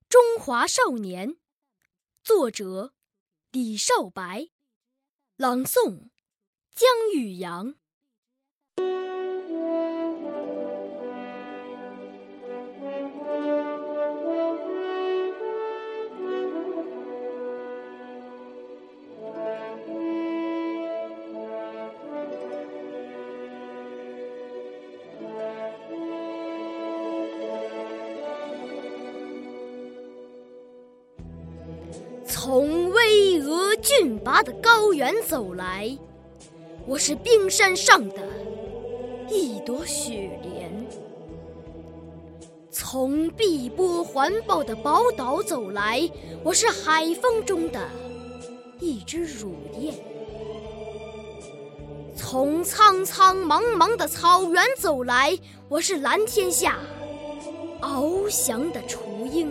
中华少年，作者李少白，朗诵江宇阳。从巍峨峻拔的高原走来，我是冰山上的一朵雪莲；从碧波环抱的宝岛走来，我是海风中的一只乳燕；从苍苍茫茫的草原走来，我是蓝天下翱翔的雏鹰；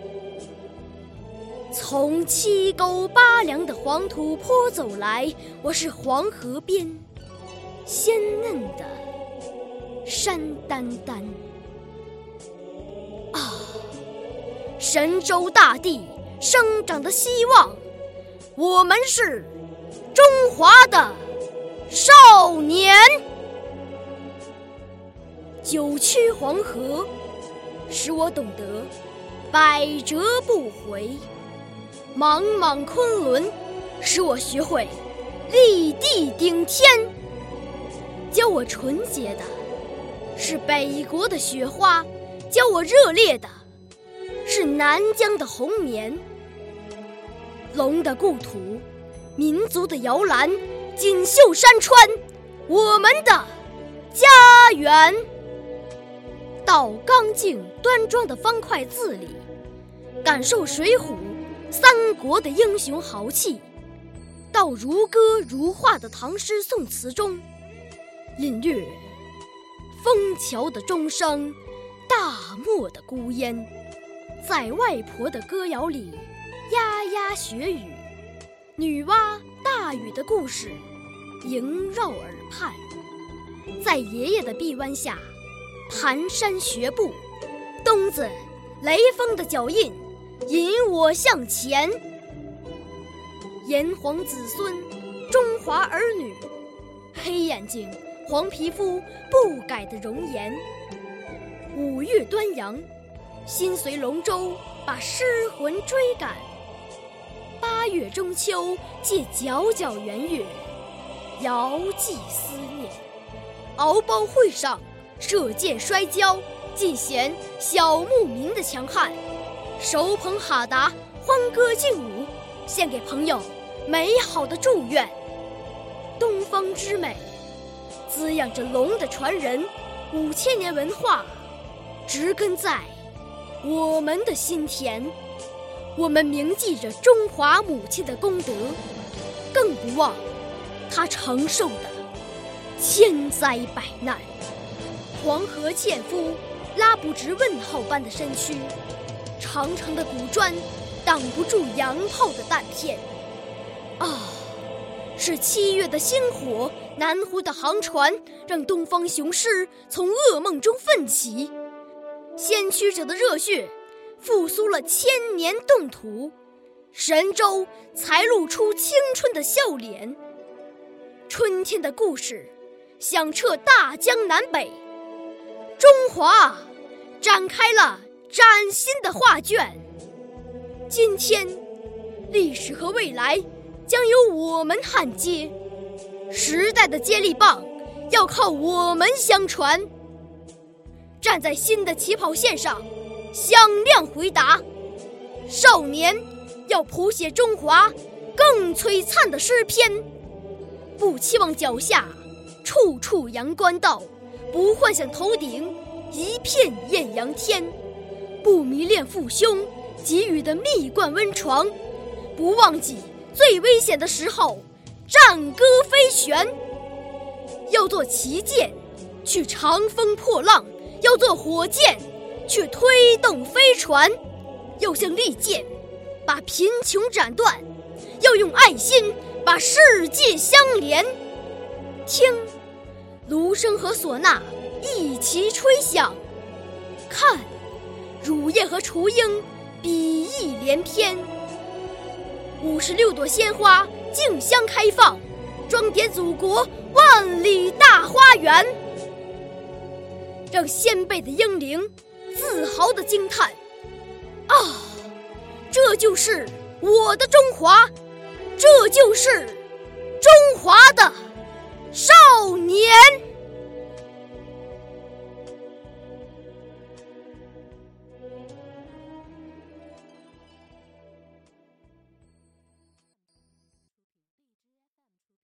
从七沟八梁的黄土坡走来，我是黄河边鲜嫩的山丹丹。啊，神州大地生长的希望，我们是中华的少年。九曲黄河使我懂得百折不回，茫茫昆仑使我学会立地顶天。教我纯洁的是北国的雪花，教我热烈的是南疆的红棉。龙的故土，民族的摇篮，锦绣山川，我们的家园。到刚劲端庄的方块字里，感受水浒三国的英雄豪气；到如歌如画的唐诗宋词中，领略枫桥的钟声，大漠的孤烟，在外婆的歌谣里呀呀学语，女娲大禹的故事萦绕耳畔，在爷爷的臂弯下蹒跚学步，东子雷锋的脚印引我向前。炎黄子孙，中华儿女，黑眼睛黄皮肤不改的容颜。五岳端阳，心随龙舟把诗魂追赶。八月中秋，借皎皎圆月遥寄思念。敖包会上射箭摔跤，尽显小牧民的强悍。手捧哈达，欢歌劲舞，献给朋友美好的祝愿。东方之美，滋养着龙的传人，5000年文化植根在我们的心田。我们铭记着中华母亲的功德，更不忘她承受的千灾百难。黄河纤夫拉不直问号般的身躯，长长的古砖挡不住洋炮的弹片。啊，是7月的星火，南湖的航船，让东方雄狮从噩梦中奋起。先驱者的热血复苏了1000年冻土，神州才露出青春的笑脸。春天的故事响彻大江南北，中华展开了崭新的画卷。今天，历史和未来将由我们焊接，时代的接力棒要靠我们相传。站在新的起跑线上，响亮回答。少年要谱写中华更璀璨的诗篇，不期望脚下处处阳关道，不幻想头顶一片艳阳天，不迷恋父兄给予的蜜罐温床，不忘记最危险的时候战歌飞旋。要做旗舰去长风破浪，要做火箭去推动飞船，要像利剑把贫穷斩断，要用爱心把世界相连。听，芦笙和唢呐一齐吹响；看，乳燕和雏鹰笔意连篇。56朵鲜花竞相开放，装点祖国万里大花园，让先辈的英灵自豪地惊叹：啊，这就是我的中华，这就是中华的少年。